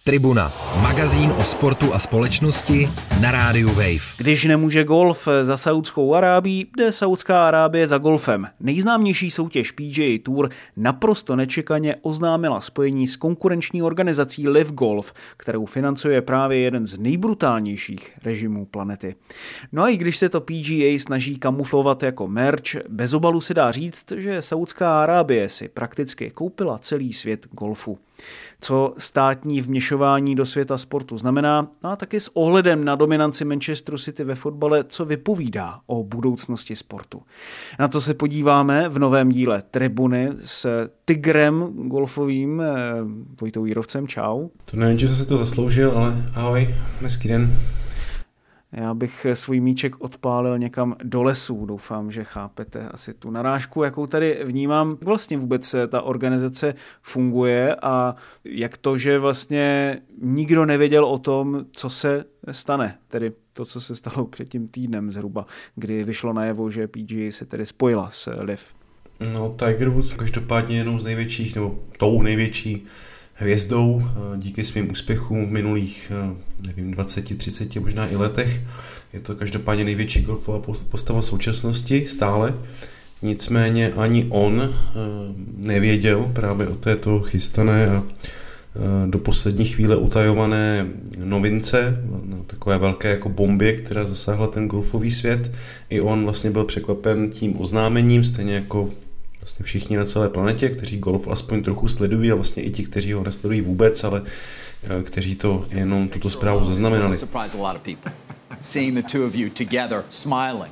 Tribuna, magazín o sportu a společnosti na rádiu Wave. Když nemůže golf za Saudskou Arábií, jde Saudská Arábie za golfem. Nejznámější soutěž PGA Tour naprosto nečekaně oznámila spojení s konkurenční organizací LIV Golf, kterou financuje právě jeden z nejbrutálnějších režimů planety. No a i když se to PGA snaží kamuflovat jako merch, bez obalu se dá říct, že Saudská Arábie si prakticky koupila celý svět golfu. Co státní vměšování do světa sportu znamená, no a taky s ohledem na dominanci Manchesteru City ve fotbale, co vypovídá o budoucnosti sportu. Na to se podíváme v novém díle Tribuny s Tigrem golfovým Vojtou Jírovcem. Čau. To nevím, že jsi to zasloužil, ale ahoj, hezký den. Já bych svůj míček odpálil někam do lesů. Doufám, že chápete asi tu narážku, jakou tady vnímám. Vlastně vůbec ta organizace funguje a jak to, že vlastně nikdo nevěděl o tom, co se stane. Tedy to, co se stalo před tím týdnem zhruba, kdy vyšlo najevo, že PGA se tedy spojila s LIV. No, Tiger Woods každopádně jednou z největších, nebo tou největší hvězdou díky svým úspěchům v minulých, 20, 30, možná i letech. Je to každopádně největší golfová postava současnosti stále. Nicméně ani on nevěděl právě o této chystané a do poslední chvíle utajované novince, takové velké jako bombě, která zasáhla ten golfový svět. I on vlastně byl překvapen tím oznámením, stejně jako vlastně všichni na celé planetě, kteří golf aspoň trochu sledují a vlastně i ti, kteří ho nesledují vůbec, ale kteří to jenom tuto zprávu zaznamenali. Seeing the two of you together smiling,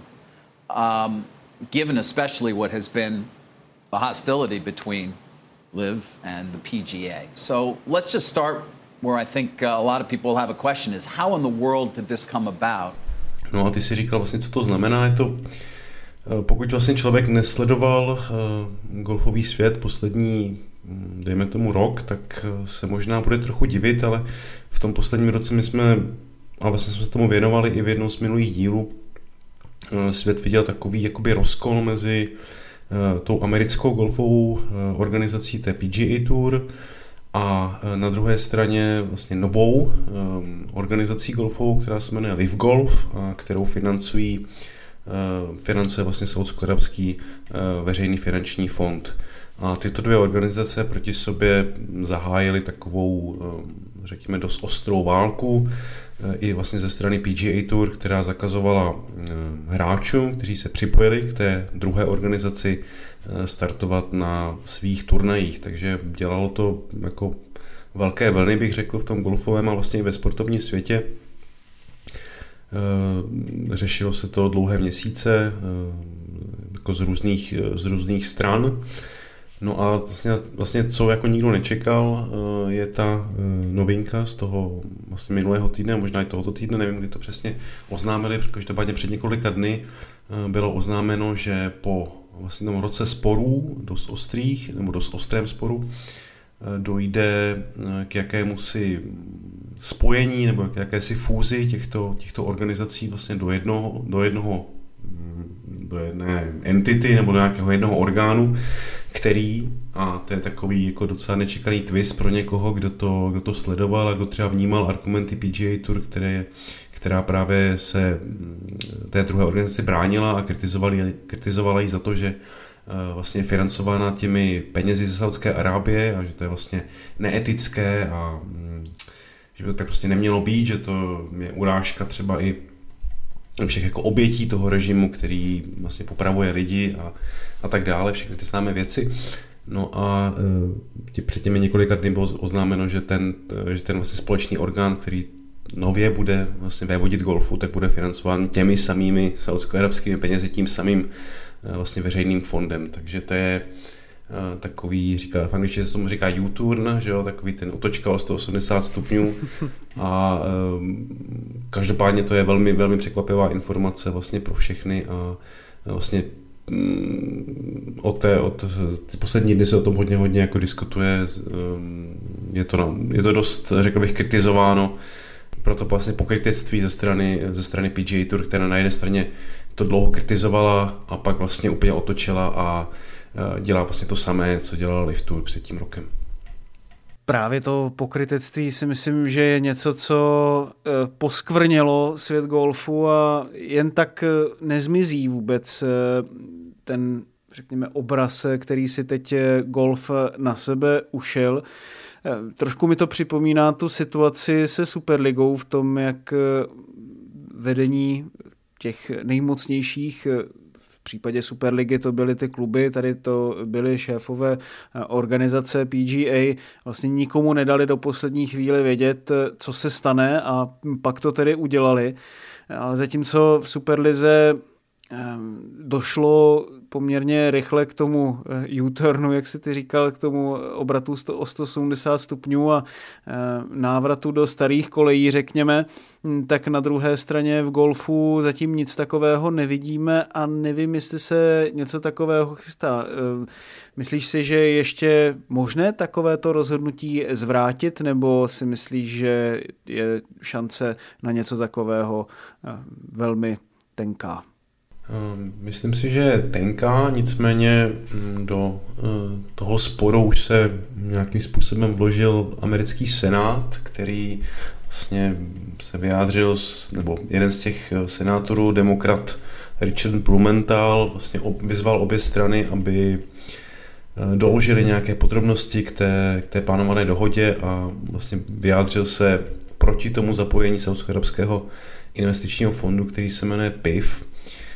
given especially what has been the hostility between LIV and the PGA. So let's just start where I think a lot of people have a question is how in the world did this come about? No a ty si říkal vlastně, co to znamená, je to pokud vlastně člověk nesledoval golfový svět poslední, dejme tomu rok, tak se možná bude trochu divit, ale v tom posledním roce jsme se tomu věnovali i v jednom z minulých dílů. Svět viděl takový jakoby rozkol mezi tou americkou golfovou organizací té PGA Tour a na druhé straně vlastně novou organizací golfovou, která se jmenuje LIV Golf, kterou financuje vlastně Saúdsko-arabský veřejný finanční fond. A tyto dvě organizace proti sobě zahájily takovou, řekněme, dost ostrou válku i vlastně ze strany PGA Tour, která zakazovala hráčům, kteří se připojili k té druhé organizaci, startovat na svých turnajích. Takže dělalo to jako velké vlny, bych řekl, v tom golfovém a vlastně i ve sportovním světě. Řešilo se to dlouhé měsíce jako z různých stran. No a vlastně co jako nikdo nečekal, je ta novinka z toho vlastně minulého týdne, možná i tohoto týdne, nevím, kdy to přesně oznámili, každopádně před několika dny bylo oznámeno, že po vlastně tom roce sporů, dost ostrých, nebo dost ostrém sporu, dojde k jakémusi spojení nebo k jakési fúzi těchto organizací vlastně do jedné entity nebo do nějakého jednoho orgánu, který, a to je takový jako docela nečekaný twist pro někoho, kdo to sledoval a kdo třeba vnímal argumenty PGA Tour, která právě se té druhé organizaci bránila a kritizovala ji za to, že vlastně je financována těmi penězi ze Saúdské Arábie a že to je vlastně neetické a že by to tak prostě nemělo být, že to je urážka třeba i všech jako obětí toho režimu, který vlastně popravuje lidi a tak dále, všechny ty známé věci. No a před těmi několika dny bylo oznámeno, že ten vlastně společný orgán, který nově bude vlastně vévodit golfu, tak bude financován těmi samými saúdsko-arabskými penězi, tím samým vlastně veřejným fondem. Takže to je takový, v angličtině se tomu říká U-turn, že jo, takový ten otočka o 180 stupňů a každopádně to je velmi, velmi překvapivá informace vlastně pro všechny a vlastně od ty poslední dny se o tom hodně jako diskutuje, je to dost, řekl bych, kritizováno, proto vlastně pokrytectví ze strany PGA Tour, která na jedné straně to dlouho kritizovala a pak vlastně úplně otočila a dělá vlastně to samé, co dělala LIV Tour před tím rokem. Právě to pokrytectví si myslím, že je něco, co poskvrnělo svět golfu a jen tak nezmizí vůbec ten, řekněme, obraz, který si teď golf na sebe ušel. Trošku mi to připomíná tu situaci se Superligou v tom, jak vedení těch nejmocnějších, v případě Superligy to byly ty kluby, tady to byly šéfové organizace PGA, vlastně nikomu nedali do poslední chvíle vědět, co se stane a pak to tedy udělali. Ale zatímco v Superlize došlo poměrně rychle k tomu U-turnu, jak si ty říkal, k tomu obratu o 170 stupňů a návratu do starých kolejí, řekněme, tak na druhé straně v golfu zatím nic takového nevidíme a nevím, jestli se něco takového chystá. Myslíš si, že je ještě možné takovéto rozhodnutí zvrátit, nebo si myslíš, že je šance na něco takového velmi tenká? Myslím si, že je tenká, nicméně do toho sporu už se nějakým způsobem vložil americký senát, který vlastně se vyjádřil, nebo jeden z těch senátorů, demokrat Richard Blumenthal, vlastně vyzval obě strany, aby doložili nějaké podrobnosti k té plánované dohodě a vlastně vyjádřil se proti tomu zapojení Saúdsko-arabského investičního fondu, který se jmenuje PIF,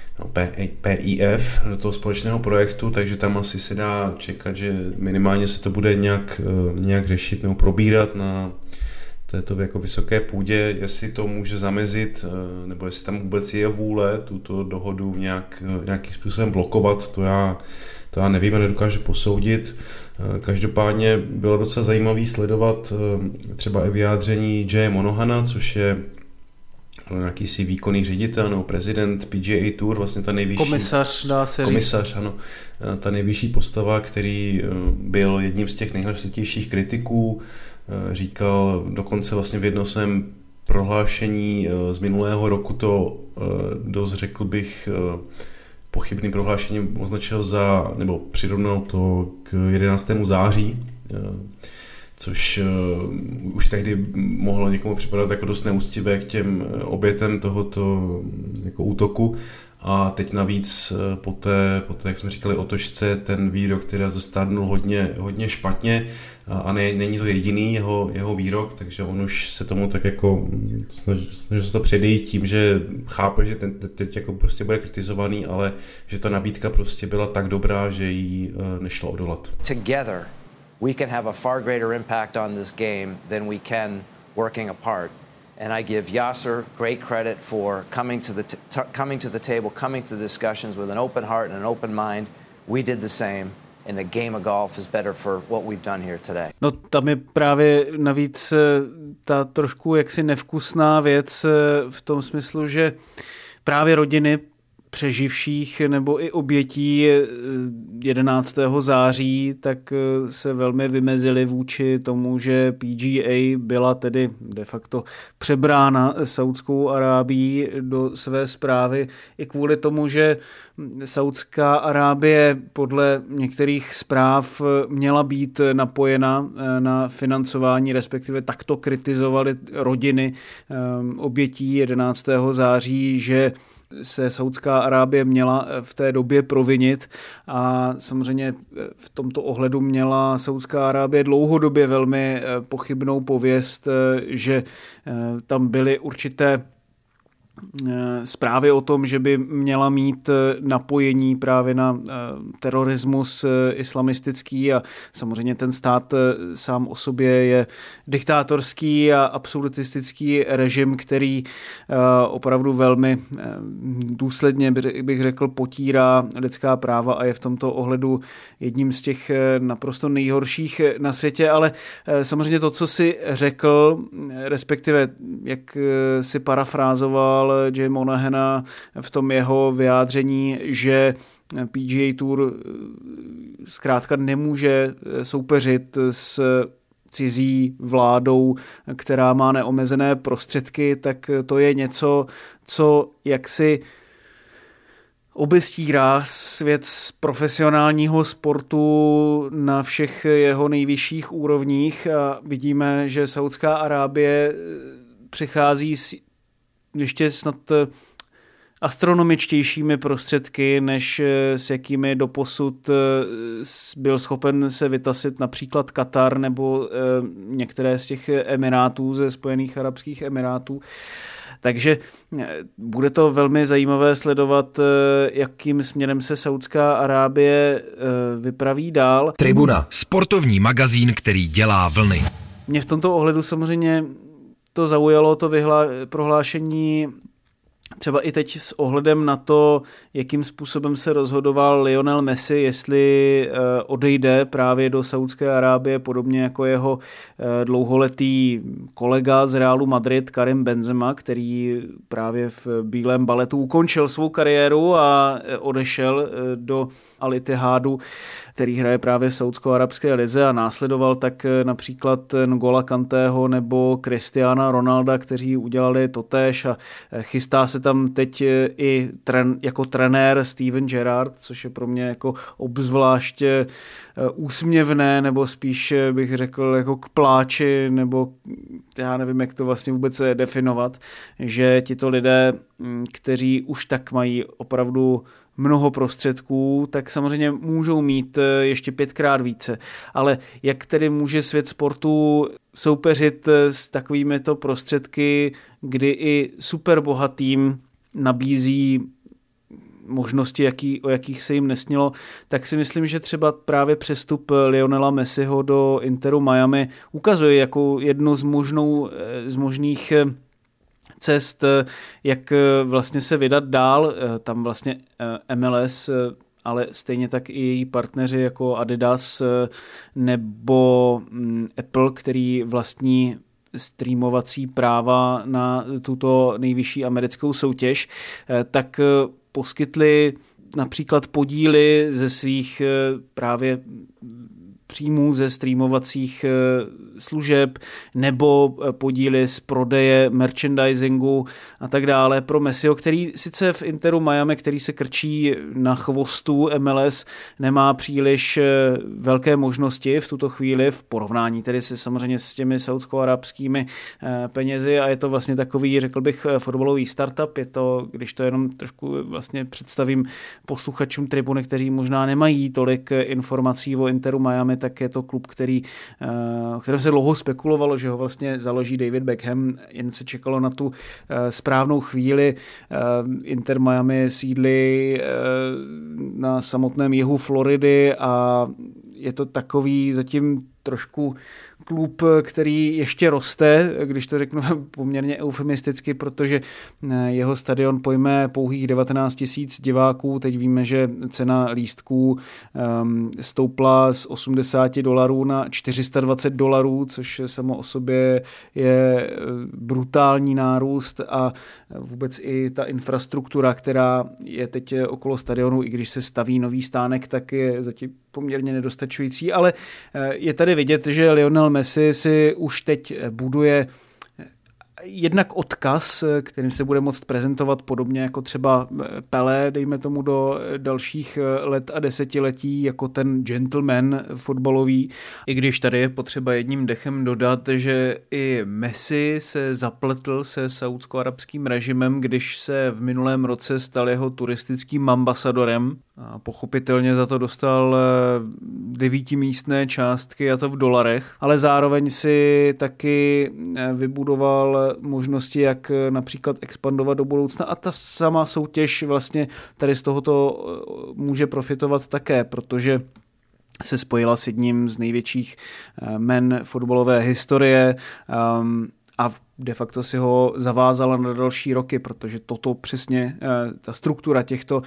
PIF, do toho společného projektu, takže tam asi se dá čekat, že minimálně se to bude nějak řešit nebo probírat na této jako vysoké půdě, jestli to může zamezit, nebo jestli tam vůbec je vůle tuto dohodu nějakým způsobem blokovat, to já nevím a nedokážu posoudit. Každopádně bylo docela zajímavé sledovat třeba i vyjádření Jaya Monohana, což je jakýsi výkonný ředitel nebo prezident PGA Tour, vlastně ta nejvyšší... Komisař, dá se říct. Komisař, ano. Ta nejvyšší postava, který byl jedním z těch nejhlasitějších kritiků, říkal dokonce vlastně v jednom svém prohlášení z minulého roku to dost, řekl bych, pochybným prohlášením označil za, nebo přirovnal to k 11. září, což už tehdy mohlo někomu připadat jako dost neúctivé k těm obětem tohoto jako útoku. A teď navíc poté, jak jsme říkali o Tošce, ten výrok, který zastárnul hodně špatně a není to jediný jeho výrok, takže on už se tomu tak jako snaží se to předejít tím, že chápe, že teď jako prostě bude kritizovaný, ale že ta nabídka prostě byla tak dobrá, že jí nešlo odolat. Together we can have a far greater impact on this game than we can working apart. And I give Yasser great credit for coming to the table, coming to the discussions with an open heart and an open mind. We did the same, and the game of golf is better for what we've done here today. No tam je právě navíc ta trošku jaksi nevkusná věc v tom smyslu, že právě rodiny přeživších nebo i obětí 11. září, tak se velmi vymezili vůči tomu, že PGA byla tedy de facto přebrána Saudskou Arábií do své správy i kvůli tomu, že Saudská Arábie podle některých zpráv měla být napojena na financování, respektive takto kritizovali rodiny obětí 11. září, že se Saudská Arábie měla v té době provinit a samozřejmě v tomto ohledu měla Saudská Arábie dlouhodobě velmi pochybnou pověst, že tam byly určité zprávy o tom, že by měla mít napojení právě na terorismus islamistický a samozřejmě ten stát sám o sobě je diktátorský a absolutistický režim, který opravdu velmi důsledně, bych řekl, potírá lidská práva a je v tomto ohledu jedním z těch naprosto nejhorších na světě, ale samozřejmě to, co si řekl, respektive jak si parafrázoval Jay Monahana v tom jeho vyjádření, že PGA Tour zkrátka nemůže soupeřit s cizí vládou, která má neomezené prostředky, tak to je něco, co jaksi obestírá svět z profesionálního sportu na všech jeho nejvyšších úrovních a vidíme, že Saudská Arábie přichází s ještě snad astronomičtějšími prostředky, než s jakými doposud byl schopen se vytasit například Katar nebo některé z těch emirátů, ze Spojených arabských emirátů. Takže bude to velmi zajímavé sledovat, jakým směrem se Saudská Arábie vypraví dál. Tribuna, sportovní magazín, který dělá vlny. Mě v tomto ohledu samozřejmě to zaujalo, to prohlášení třeba i teď s ohledem na to, jakým způsobem se rozhodoval Lionel Messi, jestli odejde právě do Saudské Arábie, podobně jako jeho dlouholetý kolega z Realu Madrid Karim Benzema, který právě v bílém baletu ukončil svou kariéru a odešel do Al Ittihadu, který hraje právě v saudsko-arabské lize, a následoval tak například N'Gola Kanteho nebo Cristiana Ronalda, kteří udělali totéž, a chystá se tam teď i jako trenér Steven Gerrard, což je pro mě jako obzvlášť úsměvné, nebo spíš bych řekl jako k pláči, nebo já nevím, jak to vlastně vůbec definovat, že tito lidé, kteří už tak mají opravdu mnoho prostředků, tak samozřejmě můžou mít ještě 5krát více. Ale jak tedy může svět sportu soupeřit s takovýmito prostředky, kdy i superbohatým nabízí možnosti, o jakých se jim nesnilo, tak si myslím, že třeba právě přestup Lionela Messiho do Interu Miami ukazuje jako jednu z možných cest, jak vlastně se vydat dál. Tam vlastně MLS, ale stejně tak i její partneři jako Adidas nebo Apple, který vlastní streamovací práva na tuto nejvyšší americkou soutěž, tak poskytli například podíly ze svých právě příjmů ze streamovacích služeb nebo podíly z prodeje merchandisingu a tak dále pro Messiho, který sice v Interu Miami, který se krčí na chvostu MLS, nemá příliš velké možnosti v tuto chvíli v porovnání tedy se samozřejmě s těmi saudsko-arabskými penězi, a je to vlastně takový, řekl bych, fotbalový startup. Je to, když to jenom trošku vlastně představím posluchačům Tribuny, kteří možná nemají tolik informací o Interu Miami, tak je to klub, o kterém se dlouho spekulovalo, že ho vlastně založí David Beckham, jen se čekalo na tu správnou chvíli. Inter Miami sídlí na samotném jihu Floridy a je to takový zatím trošku klub, který ještě roste, když to řeknu poměrně eufemisticky, protože jeho stadion pojme pouhých 19 000 diváků. Teď víme, že cena lístků stoupla z $80 na $420, což samo o sobě je brutální nárůst, a vůbec i ta infrastruktura, která je teď okolo stadionu, i když se staví nový stánek, tak je zatím poměrně nedostačující, ale je tady vidět, že Lionel Messi si už teď buduje jednak odkaz, kterým se bude moct prezentovat podobně jako třeba Pelé, dejme tomu do dalších let a desetiletí, jako ten gentleman fotbalový. I když tady je potřeba jedním dechem dodat, že i Messi se zapletl se saúdsko-arabským režimem, když se v minulém roce stal jeho turistickým ambasadorem. A pochopitelně za to dostal 9místné částky, a to v dolarech, ale zároveň si taky vybudoval možnosti, jak například expandovat do budoucna, a ta sama soutěž vlastně tady z tohoto může profitovat také, protože se spojila s jedním z největších men fotbalové historie a de facto si ho zavázala na další roky, protože toto přesně, ta struktura těchto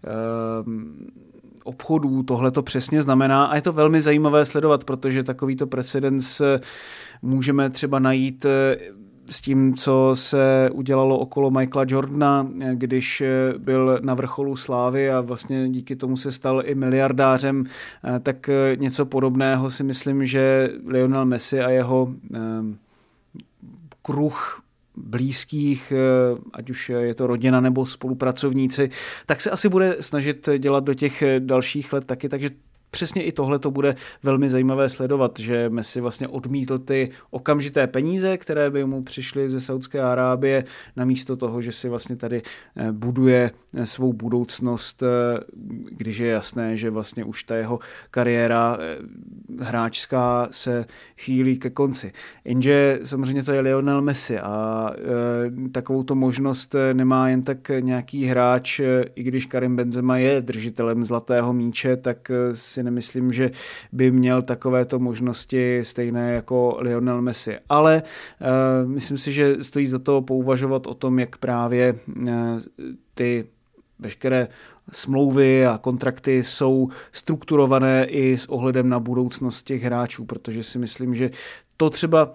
obchodů, tohle to přesně znamená, a je to velmi zajímavé sledovat, protože takovýto precedens můžeme třeba najít s tím, co se udělalo okolo Michaela Jordana, když byl na vrcholu slávy a vlastně díky tomu se stal i miliardářem, tak něco podobného si myslím, že Lionel Messi a jeho kruh blízkých, ať už je to rodina nebo spolupracovníci, tak se asi bude snažit dělat do těch dalších let taky, takže přesně i tohle to bude velmi zajímavé sledovat, že Messi vlastně odmítl ty okamžité peníze, které by mu přišly ze Saúdské Arábie, namísto toho, že si vlastně tady buduje svou budoucnost, když je jasné, že vlastně už ta jeho kariéra hráčská se chýlí ke konci. Jenže samozřejmě to je Lionel Messi a takovou to možnost nemá jen tak nějaký hráč, i když Karim Benzema je držitelem zlatého míče, tak si nemyslím, že by měl takovéto možnosti stejné jako Lionel Messi. Ale myslím si, že stojí za to pouvažovat o tom, jak právě ty veškeré smlouvy a kontrakty jsou strukturované i s ohledem na budoucnost těch hráčů, protože si myslím, že to třeba,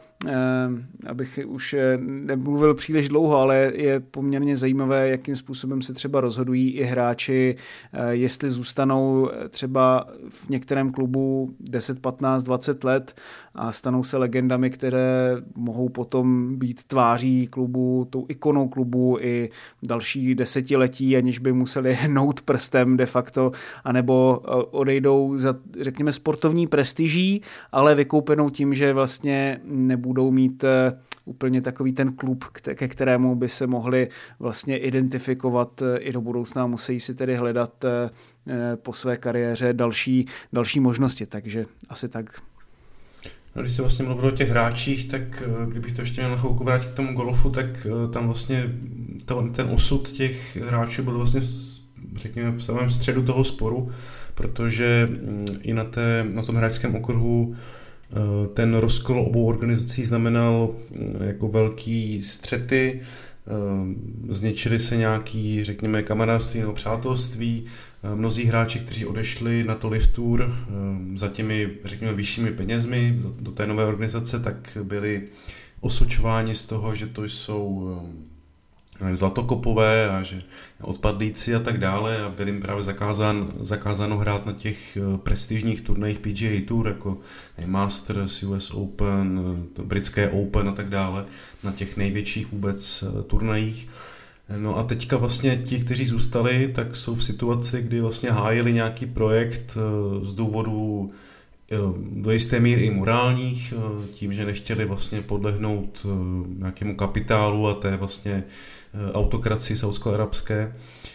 abych už nemluvil příliš dlouho, ale je poměrně zajímavé, jakým způsobem se třeba rozhodují i hráči, jestli zůstanou třeba v některém klubu 10, 15, 20 let a stanou se legendami, které mohou potom být tváří klubu, tou ikonou klubu i další desetiletí, aniž by museli hnout prstem de facto, anebo odejdou za, řekněme, sportovní prestiží, ale vykoupenou tím, že vlastně nebudou mít úplně takový ten klub, ke kterému by se mohli vlastně identifikovat i do budoucna. Musí si tedy hledat po své kariéře další možnosti, takže asi tak. No, když se vlastně mluvil o těch hráčích, tak kdybych to ještě měl na chvilku vrátit k tomu golfu, tak tam vlastně ten osud těch hráčů byl vlastně, řekněme, v samém středu toho sporu, protože i na tom hráčském okruhu ten rozkol obou organizací znamenal jako velký střety, zničily se nějaký, řekněme, kamarádství nebo přátelství. Mnozí hráči, kteří odešli na to LIV Tour za těmi, řekněme, vyššími penězmi do té nové organizace, tak byli osočováni z toho, že to jsou zlatokopové a že odpadlíci a tak dále a byl jim právě zakázáno hrát na těch prestižních turnajích PGA Tour jako Masters, US Open, britské Open a tak dále, na těch největších vůbec turnajích. No a teďka vlastně ti, kteří zůstali, tak jsou v situaci, kdy vlastně hájili nějaký projekt z důvodu do jisté míry i morálních, tím, že nechtěli vlastně podlehnout nějakému kapitálu a té vlastně autokracii saúdsko-arabské.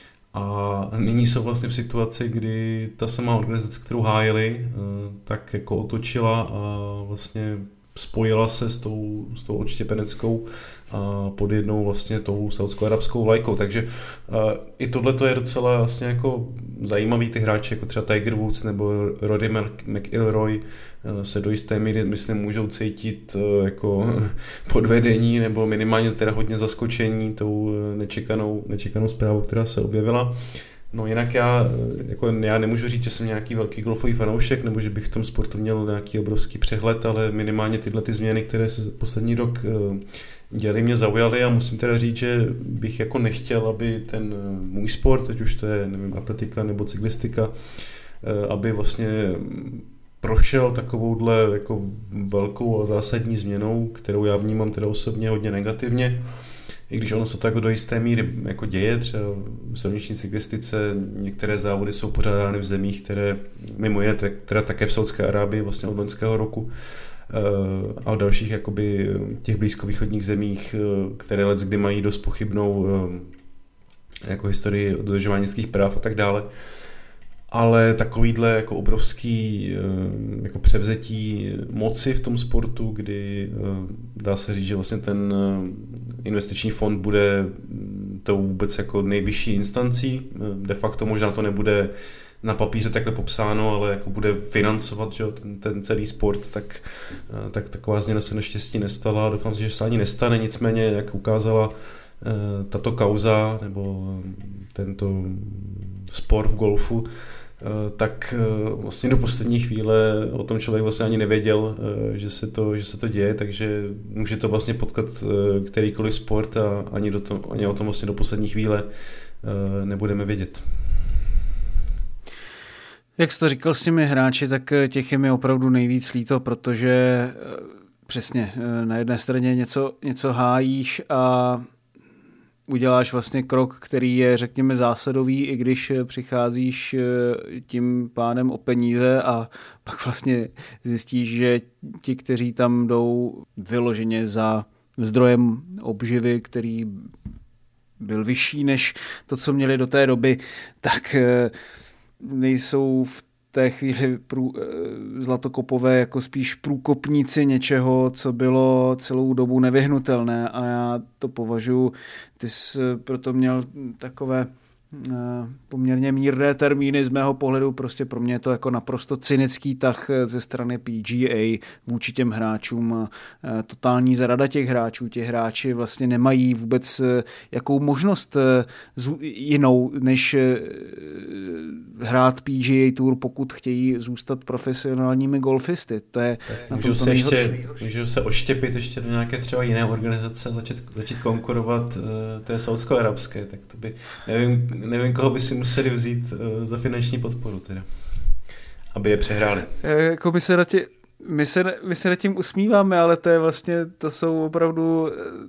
A nyní jsou vlastně v situaci, kdy ta samá organizace, kterou hájili, tak jako otočila a vlastně spojila se s tou odštěpeneckou a pod jednou vlastně tou saúdsko-arabskou vlajkou. Takže i tohle je docela vlastně jako zajímavý, ty hráči jako třeba Tiger Woods nebo Rory McIlroy se do jisté míry, myslím, můžou cítit jako podvedení nebo minimálně teda hodně zaskočení tou nečekanou zprávou, která se objevila. No jinak já nemůžu říct, že jsem nějaký velký golfový fanoušek, nebo že bych v tom sportu měl nějaký obrovský přehled, ale minimálně tyhle ty změny, které se poslední rok děly, mě zaujaly a musím teda říct, že bych jako nechtěl, aby ten můj sport, ať už to je, nevím, atletika nebo cyklistika, aby vlastně prošel takovouhle jako velkou a zásadní změnou, kterou já vnímám teda osobně hodně negativně. I když ono se to jako do jisté míry jako děje, třeba v silniční cyklistice některé závody jsou pořádány v zemích, které mimo jiné teda také v Saúdské Arábii vlastně od loňského roku a v dalších jakoby těch blízkovýchodních zemích, které leckdy mají dost pochybnou jako historii dodržování lidských práv a tak dále. Ale takovýhle jako obrovský jako převzetí moci v tom sportu, kdy dá se říct, že vlastně ten investiční fond bude to vůbec jako nejvyšší instancí. De facto možná to nebude na papíře takhle popsáno, ale jako bude financovat, že ten celý sport, tak taková změna se naštěstí nestala. Doufám, že se ani nestane, nicméně jak ukázala tato kauza nebo tento spor v golfu, tak vlastně do poslední chvíle o tom člověk vlastně ani nevěděl, že se to děje, takže může to vlastně potkat kterýkoliv sport a ani o tom vlastně do poslední chvíle nebudeme vědět. Jak jsi to říkal s těmi hráči, tak těch je mi opravdu nejvíc líto, protože Přesně, na jedné straně něco hájíš a uděláš vlastně krok, který je, řekněme, zásadový, i když přicházíš tím pádem o peníze a pak vlastně zjistíš, že ti, kteří tam jdou vyloženě za zdrojem obživy, který byl vyšší než to, co měli do té doby, tak nejsou v té chvíli zlatokopové jako spíš průkopníci něčeho, co bylo celou dobu nevyhnutelné, a já to považuji, ty jsi proto měl takové poměrně mírné termíny z mého pohledu, prostě pro mě je to jako naprosto cynický tah ze strany PGA vůči těm hráčům, totální zrada těch hráčů. Ti hráči vlastně nemají vůbec jakou možnost jinou, než hrát PGA Tour, pokud chtějí zůstat profesionálními golfisty. To je na tom to nejhorší. Můžou se odštěpit ještě do nějaké třeba jiné organizace a začít konkurovat té saúdsko-arabské, tak to by, nevím, koho by si museli vzít za finanční podporu teda, aby je přehráli. Jako my se nad tím usmíváme, ale to jsou opravdu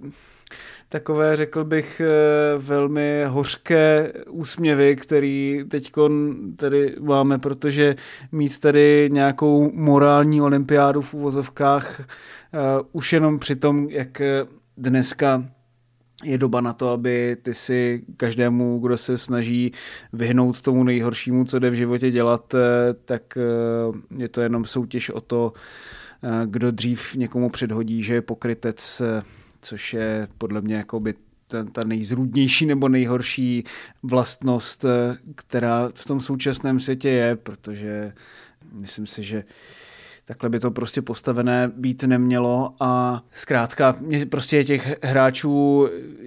takové, řekl bych, velmi hořké úsměvy, který teďkon tady máme, protože mít tady nějakou morální olympiádu v uvozovkách už jenom při tom, jak dneska je doba na to, aby ty si každému, kdo se snaží vyhnout tomu nejhoršímu, co jde v životě dělat, tak je to jenom soutěž o to, kdo dřív někomu předhodí, že je pokrytec, což je podle mě jakoby ta nejzrůdnější nebo nejhorší vlastnost, která v tom současném světě je, protože myslím si, že takhle by to prostě postavené být nemělo a zkrátka mě prostě je těch hráčů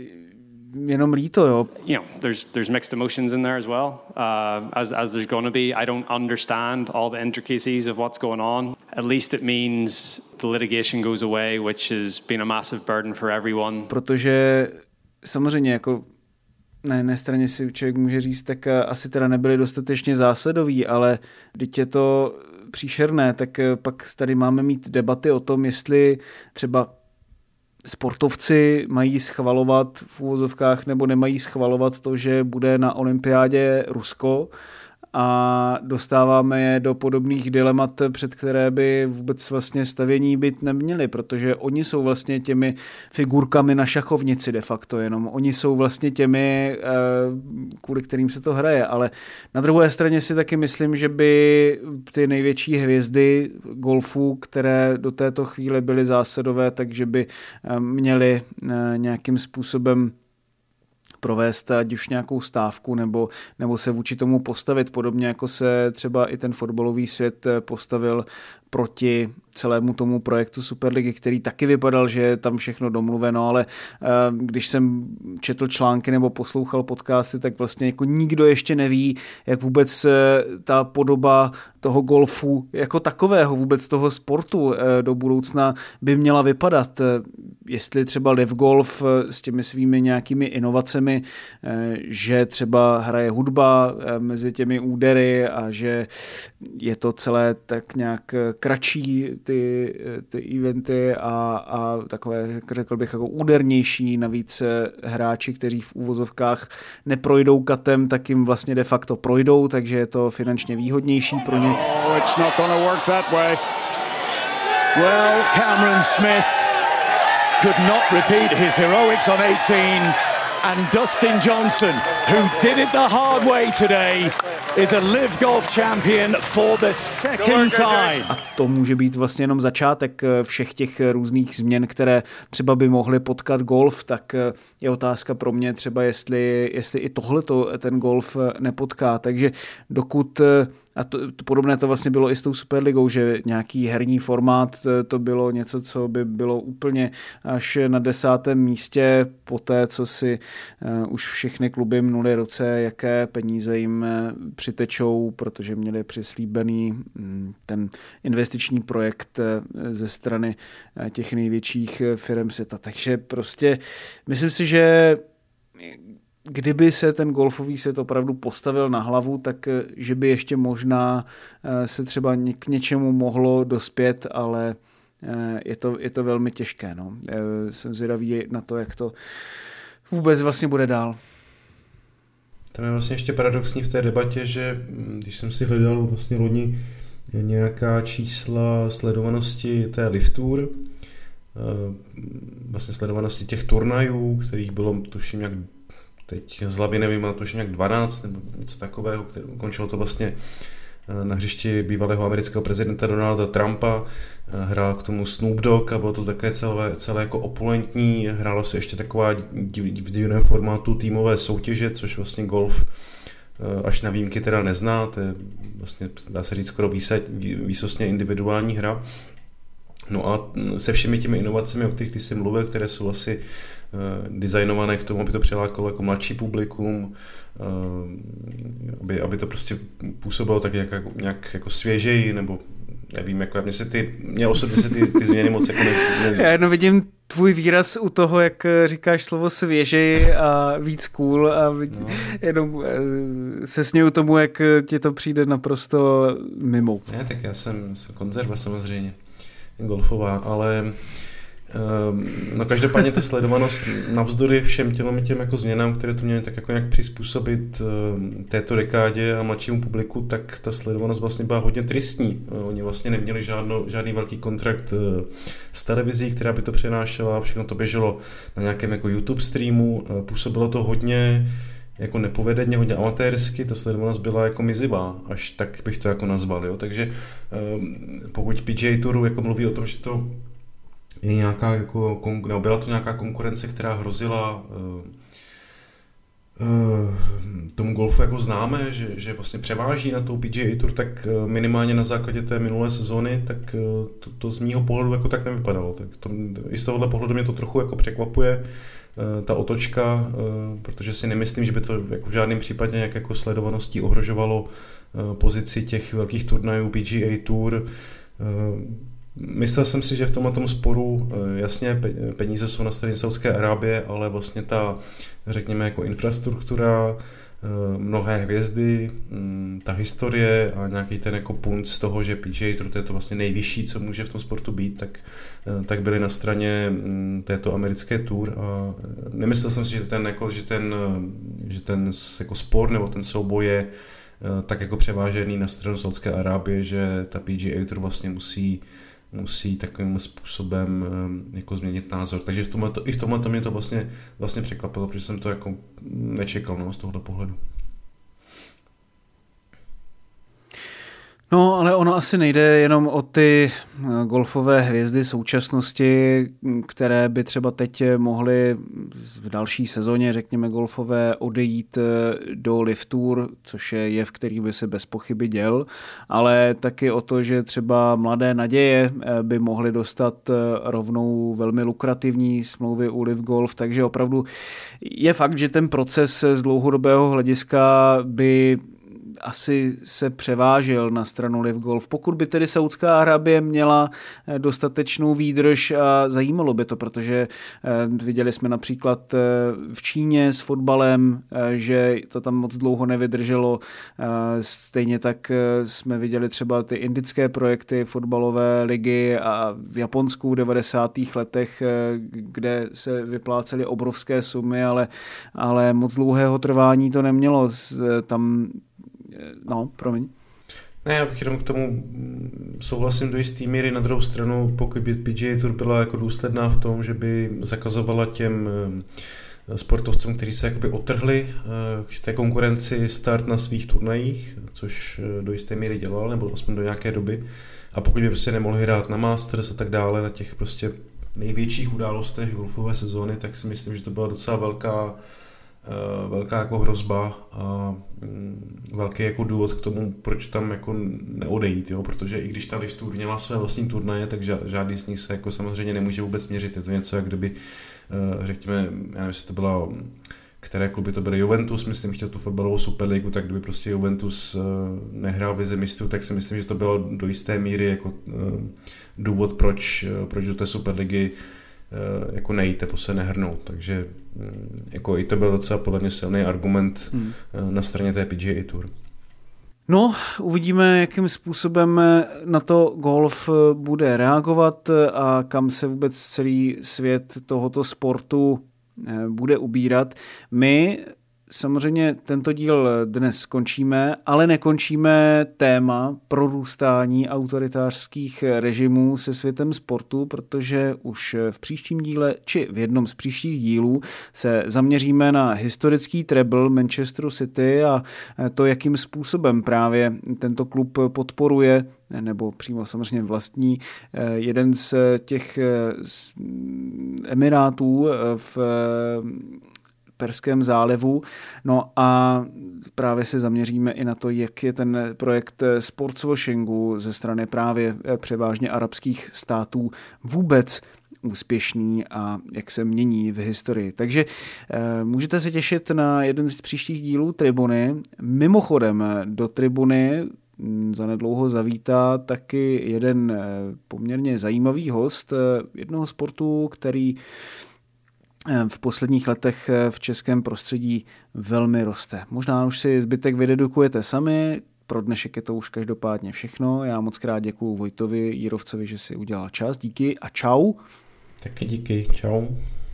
jenom líto, jo. You know, there's mixed emotions in there as well, as there's going to be. I don't understand all the intricacies of what's going on. At least it means the litigation goes away, which has been a massive burden for everyone. Protože samozřejmě jako na jedné straně si člověk může říct, tak asi teda nebyli dostatečně zásadoví, ale když je to příšerné, tak pak tady máme mít debaty o tom, jestli třeba sportovci mají schvalovat v úvozovkách nebo nemají schvalovat to, že bude na olympiádě Rusko, a dostáváme je do podobných dilemat, před které by vůbec vlastně stavění být neměli, protože oni jsou vlastně těmi figurkami na šachovnici de facto jenom. Oni jsou vlastně těmi, kvůli kterým se to hraje, ale na druhé straně si taky myslím, že by ty největší hvězdy golfu, které do této chvíle byly zásadové, takže by měly nějakým způsobem provést ať už nějakou stávku nebo se vůči tomu postavit, podobně jako se třeba i ten fotbalový svět postavil proti celému tomu projektu Superligy, který taky vypadal, že je tam všechno domluveno, ale když jsem četl články nebo poslouchal podcasty, tak vlastně jako nikdo ještě neví, jak vůbec ta podoba toho golfu jako takového, vůbec toho sportu do budoucna by měla vypadat. Jestli třeba Live Golf s těmi svými nějakými inovacemi, že třeba hraje hudba mezi těmi údery a že je to celé tak nějak kratší ty eventy a takové, řekl bych, jako údernější, navíc hráči, kteří v úvozovkách neprojdou katem, tak jim vlastně de facto projdou, takže je to finančně výhodnější pro ně. Oh, it's not gonna work that way. Well, Cameron Smith could not repeat his heroics on 18, and Dustin Johnson, who did it the hard way today, is a Live Golf champion for the second time. A to může být vlastně jenom začátek všech těch různých změn, které třeba by mohly potkat golf, tak je otázka pro mě třeba, jestli i tohleto ten golf nepotká. Takže dokud, a to podobné to vlastně bylo i s tou Superligou, že nějaký herní formát, to bylo něco, co by bylo úplně až na 10. místě po té, co si už všechny kluby mnuly ruce, jaké peníze jim přitečou, protože měli přislíbený ten investiční projekt ze strany těch největších firm světa. Takže prostě myslím si, že kdyby se ten golfový svět opravdu postavil na hlavu, tak že by ještě možná se třeba k něčemu mohlo dospět, ale je to velmi těžké. No. Jsem zvědavý na to, jak to vůbec vlastně bude dál. Tam je vlastně ještě paradoxní v té debatě, že když jsem si hledal vlastně loni nějaká čísla sledovanosti té Live Tour, vlastně sledovanosti těch turnajů, kterých bylo tuším jak teď z hlavy nevím, ale tuším jak 12 nebo něco takového, končilo to vlastně na hřišti bývalého amerického prezidenta Donalda Trumpa, hrál k tomu Snoop Dogg a bylo to také celé jako opulentní, hrálo se ještě taková v divném formátu týmové soutěže, což vlastně golf až na výjimky teda nezná, to je vlastně dá se říct skoro výsostně individuální hra. No a se všemi těmi inovacemi, o kterých ty jsi mluvil, které jsou asi designované k tomu, aby to přilákalo jako mladší publikum, aby to prostě působilo tak nějak jako svěžeji, nebo nevím, jako mě osobně se ty změny moc jako Já jenom vidím tvůj výraz u toho, jak říkáš slovo svěžej a víc cool a jenom se směju tomu, jak ti to přijde naprosto mimo. Ne, tak já jsem konzerva samozřejmě, golfová, ale no každopádně ta sledovanost navzdory všem těm jako změnám, které to měly tak jako nějak přizpůsobit této dekádě a mladšímu publiku, tak ta sledovanost vlastně byla hodně tristní. Oni vlastně neměli žádný velký kontrakt s televizí, která by to přenášela, všechno to běželo na nějakém jako YouTube streamu, působilo to hodně jako nepovedeně, hodně amatérsky, ta sledovanost byla jako mizivá, až tak bych to jako nazval, jo? Takže pokud PGA Touru jako mluví o tom, že to je nějaká jako, byla to nějaká konkurence, která hrozila tomu golfu jako známe, že vlastně převáží na tou PGA Tour, tak minimálně na základě té minulé sezóny, tak to z mýho pohledu jako tak nevypadalo. Tak i z tohohle pohledu mě to trochu jako překvapuje, ta otočka, protože si nemyslím, že by to jako v žádném případě nějak jako sledovaností ohrožovalo pozici těch velkých turnajů PGA Tour. Myslel jsem si, že v tomhle sporu jasně peníze jsou na straně Saúdské Arábie, ale vlastně ta, řekněme, jako infrastruktura, mnohé hvězdy, ta historie a nějaký ten jako punt z toho, že PGA Tour to je to vlastně nejvyšší, co může v tom sportu být, tak byly na straně této americké tour a nemyslel jsem si, že ten jako spor nebo ten souboj je tak jako převážený na stranu Saúdské Arábie, že ta PGA Tour vlastně musí takovým způsobem jako změnit názor. Takže v tomhle mě to vlastně překvapilo, protože jsem to jako nečekal z tohoto pohledu. No, ale ono asi nejde jenom o ty golfové hvězdy současnosti, které by třeba teď mohly v další sezóně, řekněme golfové, odejít do Live Tour, což je jev, který by se bez pochyby děl, ale taky o to, že třeba mladé naděje by mohly dostat rovnou velmi lukrativní smlouvy u Live Golf, takže opravdu je fakt, že ten proces z dlouhodobého hlediska by asi se převážil na stranu Live Golf. Pokud by tedy Saúdská Arábie měla dostatečnou výdrž a zajímalo by to, protože viděli jsme například v Číně s fotbalem, že to tam moc dlouho nevydrželo. Stejně tak jsme viděli třeba ty indické projekty fotbalové ligy a v Japonsku v 90. letech, kde se vyplácely obrovské sumy, ale moc dlouhého trvání to nemělo. Tam no, promiň. Ne, já bych jenom k tomu souhlasím do jistý míry. Na druhou stranu, pokud by PGA Tour byla jako důsledná v tom, že by zakazovala těm sportovcům, kteří se jakoby otrhli k té konkurenci start na svých turnajích, což do jisté míry dělal, nebo aspoň do nějaké doby. A pokud by prostě nemohli hrát na Masters a tak dále, na těch prostě největších událostech golfové sezóny, tak si myslím, že to byla docela velká jako hrozba a velký jako důvod k tomu, proč tam jako neodejít, jo? Protože i když ta Live Tour měla své vlastní turnaje, tak žádný z nich se jako samozřejmě nemůže vůbec měřit. Je to něco, jak kdyby, řekněme, já nevím, jestli to byla, které kluby to byly, Juventus, myslím, chtěl tu fotbalovou superligu, tak kdyby prostě Juventus nehrál v lize mistrů, tak si myslím, že to bylo do jisté míry jako důvod, proč do té superligy jako nejít nebo se nehrnout, takže jako i to byl docela podle mě silný argument na straně té PGA Tour. No, uvidíme, jakým způsobem na to golf bude reagovat a kam se vůbec celý svět tohoto sportu bude ubírat. My samozřejmě tento díl dnes skončíme, ale nekončíme téma prorůstání autoritářských režimů se světem sportu, protože už v příštím díle či v jednom z příštích dílů se zaměříme na historický treble Manchesteru City a to, jakým způsobem právě tento klub podporuje nebo přímo samozřejmě vlastní jeden z těch emirátů v Perském zálivu. No a právě se zaměříme i na to, jak je ten projekt sportswashingu ze strany právě převážně arabských států vůbec úspěšný a jak se mění v historii. Takže můžete se těšit na jeden z příštích dílů Tribuny. Mimochodem do Tribuny zanedlouho zavítá taky jeden poměrně zajímavý host jednoho sportu, který v posledních letech v českém prostředí velmi roste. Možná už si zbytek vydedukujete sami, pro dnešek je to už každopádně všechno. Já moc krát děkuju Vojtovi Jírovcovi, že si udělal čas. Díky a čau. Taky díky, čau.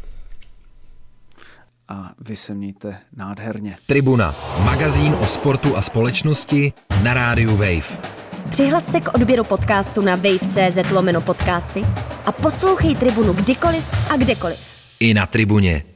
A vy se mějte nádherně. Tribuna, magazín o sportu a společnosti na rádiu Wave. Přihlas se k odběru podcastu na wave.cz/podcasty a poslouchej Tribunu kdykoliv a kdekoliv. I na Tribuně.